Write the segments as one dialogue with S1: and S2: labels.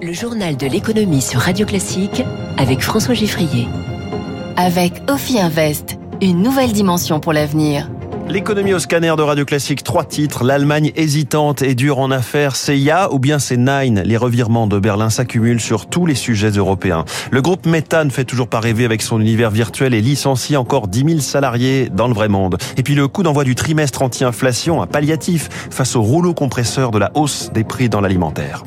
S1: Le journal de l'économie sur Radio Classique avec François Giffrier.
S2: Avec Ophi Invest, une nouvelle dimension pour l'avenir.
S3: L'économie au scanner de Radio Classique, 3 titres. L'Allemagne hésitante et dure en affaires, c'est Ya ou bien c'est Nein. Les revirements de Berlin s'accumulent sur tous les sujets européens. Le groupe Meta ne fait toujours pas rêver avec son univers virtuel et licencie encore 10 000 salariés dans le vrai monde. Et puis le coup d'envoi du trimestre anti-inflation, un palliatif face au rouleau compresseur de la hausse des prix dans l'alimentaire.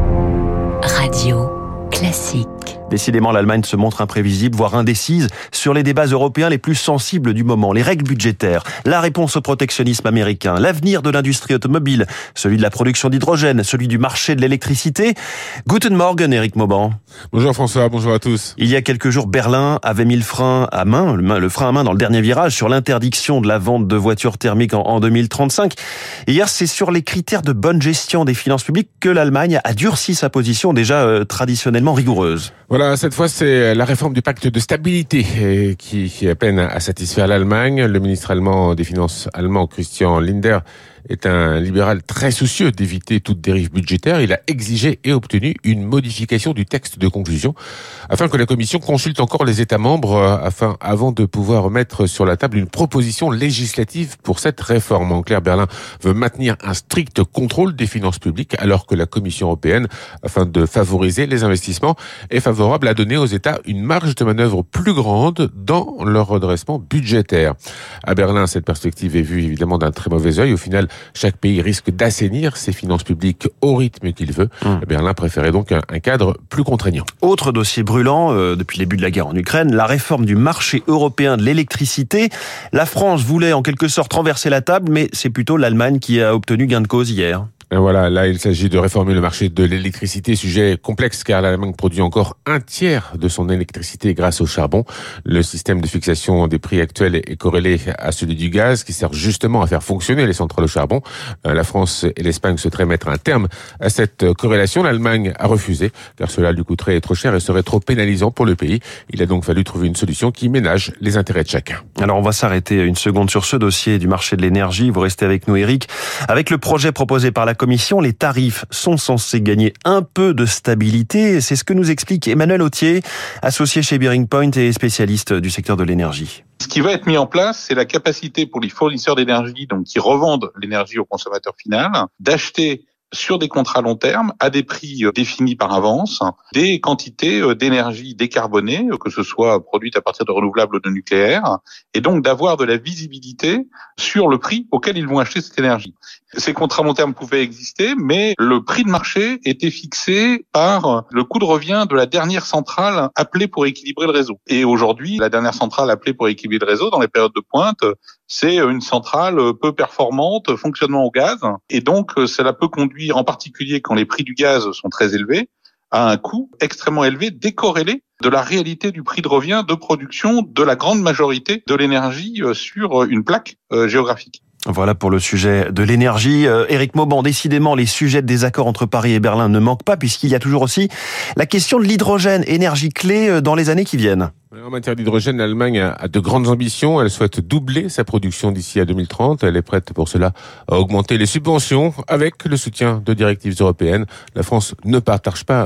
S1: Radio Classique.
S3: Décidément, l'Allemagne se montre imprévisible, voire indécise, sur les débats européens les plus sensibles du moment. Les règles budgétaires, la réponse au protectionnisme américain, l'avenir de l'industrie automobile, celui de la production d'hydrogène, celui du marché de l'électricité. Guten Morgen, Éric Mauban.
S4: Bonjour François, bonjour à tous.
S3: Il y a quelques jours, Berlin avait mis le frein à main dans le dernier virage sur l'interdiction de la vente de voitures thermiques en 2035. Et hier, c'est sur les critères de bonne gestion des finances publiques que l'Allemagne a durci sa position déjà traditionnellement rigoureuse.
S4: Voilà, cette fois, c'est la réforme du pacte de stabilité qui peine à satisfaire l'Allemagne. Le ministre allemand des Finances allemand, Christian Lindner, est un libéral très soucieux d'éviter toute dérive budgétaire. Il a exigé et obtenu une modification du texte de conclusion afin que la Commission consulte encore les États membres avant de pouvoir mettre sur la table une proposition législative pour cette réforme. En clair, Berlin veut maintenir un strict contrôle des finances publiques alors que la Commission européenne, afin de favoriser les investissements, est favorable à donner aux États une marge de manœuvre plus grande dans leur redressement budgétaire. À Berlin, cette perspective est vue évidemment d'un très mauvais œil. Au final, chaque pays risque d'assainir ses finances publiques au rythme qu'il veut. Berlin préférait donc un cadre plus contraignant.
S3: Autre dossier brûlant depuis le début de la guerre en Ukraine, la réforme du marché européen de l'électricité. La France voulait en quelque sorte renverser la table, mais c'est plutôt l'Allemagne qui a obtenu gain de cause hier.
S4: Et voilà, là, il s'agit de réformer le marché de l'électricité, sujet complexe car l'Allemagne produit encore un tiers de son électricité grâce au charbon. Le système de fixation des prix actuel est corrélé à celui du gaz qui sert justement à faire fonctionner les centrales au charbon. La France et l'Espagne souhaiteraient mettre un terme à cette corrélation. L'Allemagne a refusé car cela lui coûterait trop cher et serait trop pénalisant pour le pays. Il a donc fallu trouver une solution qui ménage les intérêts de chacun.
S3: Alors on va s'arrêter une seconde sur ce dossier du marché de l'énergie. Vous restez avec nous, Éric. Avec le projet proposé par la Commission, les tarifs sont censés gagner un peu de stabilité. C'est ce que nous explique Emmanuel Autier, associé chez Bearing Point et spécialiste du secteur de l'énergie.
S5: Ce qui va être mis en place, c'est la capacité pour les fournisseurs d'énergie, donc qui revendent l'énergie au consommateur final, d'acheter sur des contrats long terme, à des prix définis par avance, des quantités d'énergie décarbonée, que ce soit produite à partir de renouvelables ou de nucléaire, et donc d'avoir de la visibilité sur le prix auquel ils vont acheter cette énergie. Ces contrats long terme pouvaient exister, mais le prix de marché était fixé par le coût de revient de la dernière centrale appelée pour équilibrer le réseau. Et aujourd'hui, la dernière centrale appelée pour équilibrer le réseau, dans les périodes de pointe, c'est une centrale peu performante, fonctionnement au gaz, et donc cela peut conduire, en particulier quand les prix du gaz sont très élevés, à un coût extrêmement élevé, décorrélé de la réalité du prix de revient de production de la grande majorité de l'énergie sur une plaque géographique.
S3: Voilà pour le sujet de l'énergie. Éric Mauban, décidément, les sujets de désaccord entre Paris et Berlin ne manquent pas, puisqu'il y a toujours aussi la question de l'hydrogène, énergie clé dans les années qui viennent.
S4: En matière d'hydrogène, l'Allemagne a de grandes ambitions. Elle souhaite doubler sa production d'ici à 2030. Elle est prête pour cela à augmenter les subventions avec le soutien de directives européennes. La France ne partage pas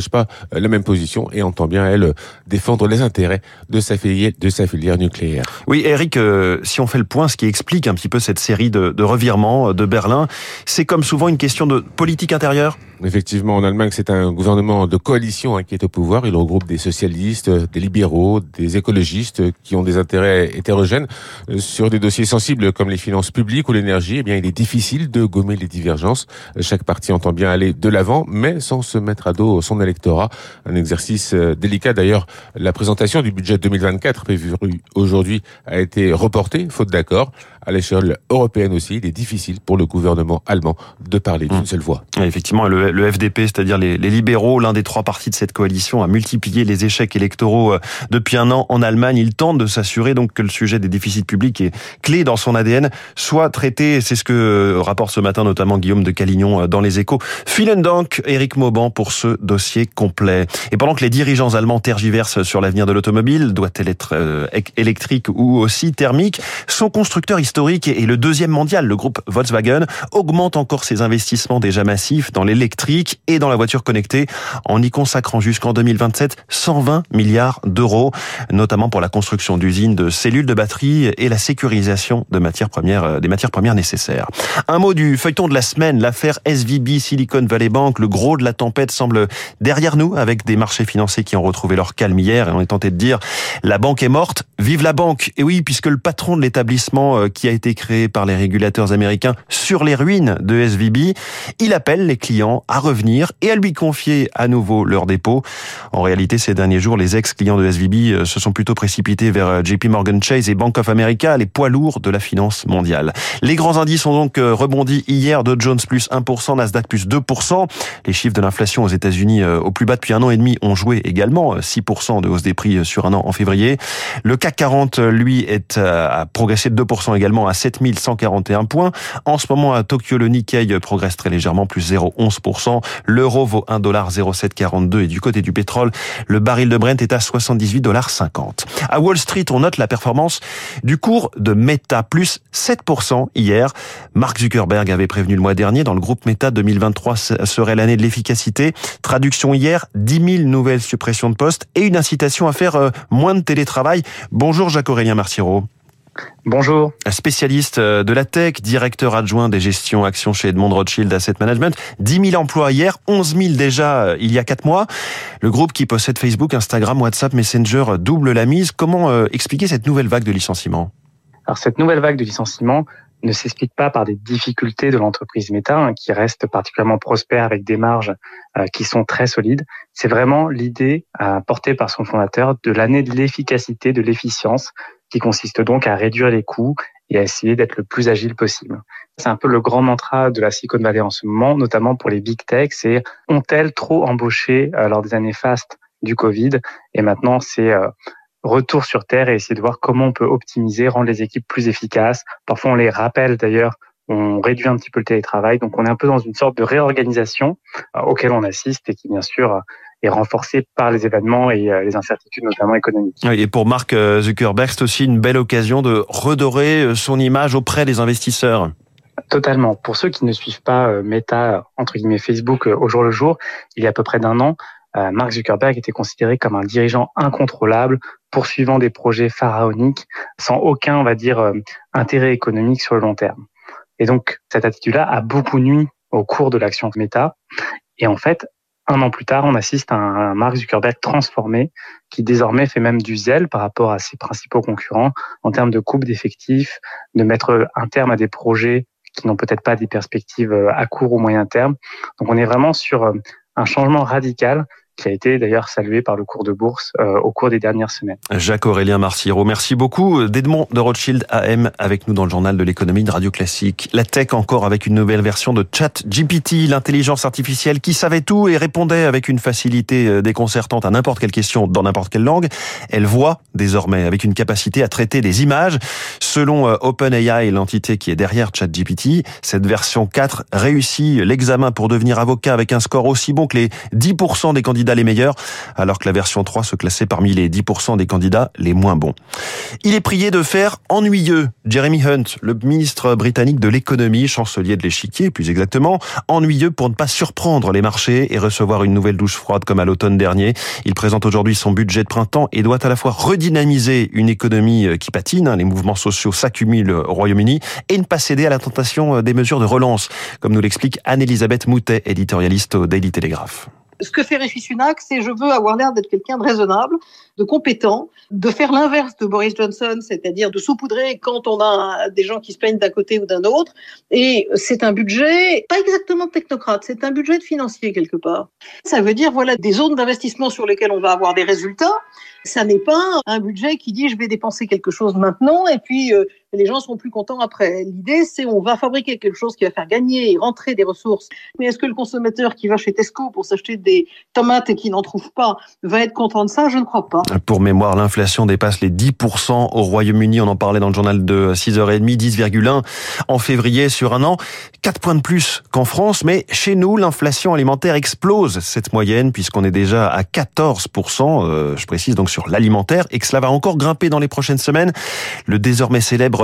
S4: la même position et entend bien, elle, défendre les intérêts de sa filière nucléaire.
S3: Oui, Éric, si on fait le point, ce qui explique un petit peu cette série de revirements de Berlin, c'est comme souvent une question de politique intérieure.
S4: Effectivement, en Allemagne, c'est un gouvernement de coalition qui est au pouvoir. Il regroupe des socialistes, des libéraux, des écologistes qui ont des intérêts hétérogènes. Sur des dossiers sensibles comme les finances publiques ou l'énergie, eh bien, il est difficile de gommer les divergences. Chaque parti entend bien aller de l'avant, mais sans se mettre à dos son électorat. Un exercice délicat. D'ailleurs, la présentation du budget 2024 prévu aujourd'hui a été reportée, faute d'accord. À l'échelle européenne aussi, il est difficile pour le gouvernement allemand de parler d'une seule voix.
S3: Et effectivement, le FDP, c'est-à-dire les libéraux, l'un des 3 partis de cette coalition, a multiplié les échecs électoraux depuis un an en Allemagne. Il tente de s'assurer donc que le sujet des déficits publics est clé dans son ADN, soit traité. C'est ce que rapporte ce matin notamment Guillaume de Calignon dans Les Échos. Vielen Dank, Éric Mauban, pour ce dossier complet. Et pendant que les dirigeants allemands tergiversent sur l'avenir de l'automobile, doit-elle être électrique ou aussi thermique, son constructeur historique historique et le deuxième mondial. Le groupe Volkswagen augmente encore ses investissements déjà massifs dans l'électrique et dans la voiture connectée en y consacrant jusqu'en 2027 120 milliards d'euros, notamment pour la construction d'usines de cellules de batterie et la sécurisation des matières premières nécessaires. Un mot du feuilleton de la semaine, l'affaire SVB Silicon Valley Bank. Le gros de la tempête semble derrière nous, avec des marchés financiers qui ont retrouvé leur calme hier, et on est tenté de dire la banque est morte, vive la banque. Et oui, puisque le patron de l'établissement qui a été créé par les régulateurs américains sur les ruines de SVB, il appelle les clients à revenir et à lui confier à nouveau leurs dépôts. En réalité, ces derniers jours, les ex-clients de SVB se sont plutôt précipités vers JP Morgan Chase et Bank of America, les poids lourds de la finance mondiale. Les grands indices ont donc rebondi hier, Dow Jones plus 1%, Nasdaq plus 2%. Les chiffres de l'inflation aux États-Unis au plus bas depuis 1 an et demi ont joué également, 6% de hausse des prix sur un an en février. Le CAC 40, lui, a progressé de 2% également à 7141 points. En ce moment, à Tokyo, le Nikkei progresse très légèrement, plus 0,11%. L'euro vaut $1,0742 et du côté du pétrole, le baril de Brent est à $78,50. À Wall Street, on note la performance du cours de Meta, plus 7% hier. Mark Zuckerberg avait prévenu le mois dernier, dans le groupe Meta, 2023 serait l'année de l'efficacité. Traduction hier, 10 000 nouvelles suppressions de postes et une incitation à faire moins de télétravail. Bonjour Jacques-Aurélien Marciro.
S6: Bonjour.
S3: Spécialiste de la tech, directeur adjoint des gestions actions chez Edmond Rothschild Asset Management. 10 000 emplois hier, 11 000 déjà il y a 4 mois. Le groupe qui possède Facebook, Instagram, WhatsApp, Messenger double la mise. Comment expliquer cette nouvelle vague de licenciements ?
S6: Alors cette nouvelle vague de licenciements ne s'explique pas par des difficultés de l'entreprise Meta, qui reste particulièrement prospère avec des marges qui sont très solides. C'est vraiment l'idée portée par son fondateur de l'année de l'efficacité, de l'efficience, qui consiste donc à réduire les coûts et à essayer d'être le plus agile possible. C'est un peu le grand mantra de la Silicon Valley en ce moment, notamment pour les big tech, c'est ont-elles trop embauché lors des années fastes du Covid, et maintenant c'est retour sur terre et essayer de voir comment on peut optimiser, rendre les équipes plus efficaces. Parfois on les rappelle d'ailleurs, on réduit un petit peu le télétravail, donc on est un peu dans une sorte de réorganisation auquel on assiste et qui bien sûr est renforcée par les événements et les incertitudes notamment économiques.
S3: Et pour Mark Zuckerberg, c'est aussi une belle occasion de redorer son image auprès des investisseurs.
S6: Totalement. Pour ceux qui ne suivent pas Meta, entre guillemets Facebook, au jour le jour, il y a à peu près d'un an, Mark Zuckerberg était considéré comme un dirigeant incontrôlable, poursuivant des projets pharaoniques, sans aucun, on va dire, intérêt économique sur le long terme. Et donc, cette attitude-là a beaucoup nui au cours de l'action de Meta. Et en fait, 1 an plus tard, on assiste à un Mark Zuckerberg transformé, qui désormais fait même du zèle par rapport à ses principaux concurrents en termes de coupe d'effectifs, de mettre un terme à des projets qui n'ont peut-être pas des perspectives à court ou moyen terme. Donc, on est vraiment sur un changement radical qui a été d'ailleurs salué par le cours de bourse au cours des dernières semaines.
S3: Jacques-Aurélien Marciro, merci beaucoup. D'Edmond de Rothschild AM avec nous dans le journal de l'économie de Radio Classique. La tech encore avec une nouvelle version de ChatGPT, l'intelligence artificielle qui savait tout et répondait avec une facilité déconcertante à n'importe quelle question dans n'importe quelle langue. Elle voit désormais avec une capacité à traiter des images. Selon OpenAI, l'entité qui est derrière ChatGPT, cette version 4 réussit l'examen pour devenir avocat avec un score aussi bon que les 10% des candidats les meilleurs, alors que la version 3 se classait parmi les 10% des candidats les moins bons. Il est prié de faire ennuyeux. Jeremy Hunt, le ministre britannique de l'économie, chancelier de l'échiquier plus exactement, ennuyeux pour ne pas surprendre les marchés et recevoir une nouvelle douche froide comme à l'automne dernier. Il présente aujourd'hui son budget de printemps et doit à la fois redynamiser une économie qui patine, les mouvements sociaux s'accumulent au Royaume-Uni, et ne pas céder à la tentation des mesures de relance, comme nous l'explique Anne-Elisabeth Moutet, éditorialiste au Daily Telegraph.
S7: Ce que fait Rishi Sunak, c'est je veux avoir l'air d'être quelqu'un de raisonnable, de compétent, de faire l'inverse de Boris Johnson, c'est-à-dire de saupoudrer quand on a des gens qui se plaignent d'un côté ou d'un autre. Et c'est un budget, pas exactement technocrate, c'est un budget de financier quelque part. Ça veut dire, voilà, des zones d'investissement sur lesquelles on va avoir des résultats. Ça n'est pas un budget qui dit je vais dépenser quelque chose maintenant et puis les gens seront plus contents après. L'idée, c'est on va fabriquer quelque chose qui va faire gagner et rentrer des ressources. Mais est-ce que le consommateur qui va chez Tesco pour s'acheter des tomates et qui n'en trouve pas va être content de ça? Je ne crois pas.
S3: Pour mémoire, l'inflation dépasse les 10% au Royaume-Uni. On en parlait dans le journal de 6h30, 10,1 en février sur un an. 4 points de plus qu'en France. Mais chez nous, l'inflation alimentaire explose cette moyenne puisqu'on est déjà à 14%. Je précise donc sur l'alimentaire et que cela va encore grimper dans les prochaines semaines. Le désormais célèbre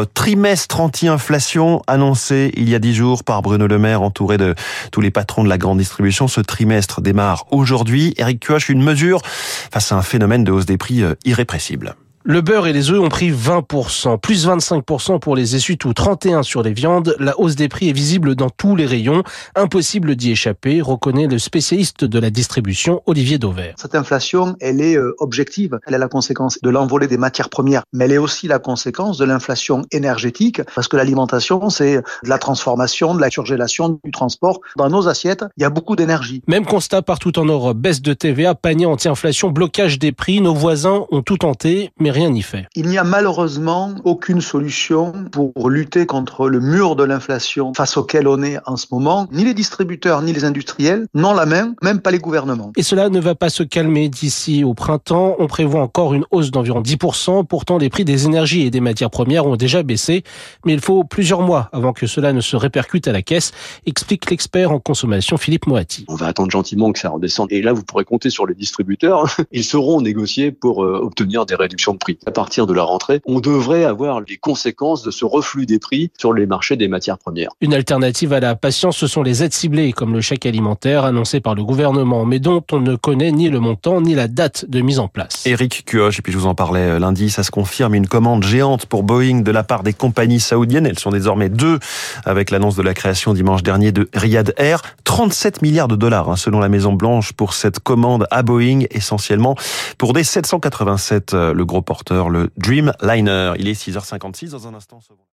S3: chiffre trimestre anti-inflation annoncé il y a 10 jours par Bruno Le Maire, entouré de tous les patrons de la grande distribution. Ce trimestre démarre aujourd'hui. Éric Kioch, une mesure face à un phénomène de hausse des prix irrépressible.
S8: Le beurre et les œufs ont pris 20%, plus 25% pour les essuie-tout, 31% sur les viandes. La hausse des prix est visible dans tous les rayons. Impossible d'y échapper, reconnaît le spécialiste de la distribution, Olivier Dauvert.
S9: Cette inflation, elle est objective. Elle est la conséquence de l'envolée des matières premières, mais elle est aussi la conséquence de l'inflation énergétique, parce que l'alimentation, c'est de la transformation, de la surgélation, du transport. Dans nos assiettes, il y a beaucoup d'énergie.
S8: Même constat partout en Europe. Baisse de TVA, panier anti-inflation, blocage des prix. Nos voisins ont tout tenté, mais rien n'y fait.
S9: Il n'y a malheureusement aucune solution pour lutter contre le mur de l'inflation face auquel on est en ce moment. Ni les distributeurs, ni les industriels n'ont la main, même pas les gouvernements.
S8: Et cela ne va pas se calmer d'ici au printemps. On prévoit encore une hausse d'environ 10%. Pourtant, les prix des énergies et des matières premières ont déjà baissé. Mais il faut plusieurs mois avant que cela ne se répercute à la caisse, explique l'expert en consommation Philippe Moati.
S10: On va attendre gentiment que ça redescende. Et là, vous pourrez compter sur les distributeurs. Ils sauront négocier pour obtenir des réductions de prix. À partir de la rentrée, on devrait avoir les conséquences de ce reflux des prix sur les marchés des matières premières.
S8: Une alternative à la patience, ce sont les aides ciblées, comme le chèque alimentaire annoncé par le gouvernement, mais dont on ne connaît ni le montant ni la date de mise en place.
S3: Éric Kioch, et puis je vous en parlais lundi, ça se confirme, une commande géante pour Boeing de la part des compagnies saoudiennes. Elles sont désormais 2 avec l'annonce de la création dimanche dernier de Riyad Air. 37 milliards de dollars selon la Maison Blanche pour cette commande à Boeing, essentiellement pour des 787, le gros porteur, le Dreamliner. Il est 6h56 dans un instant.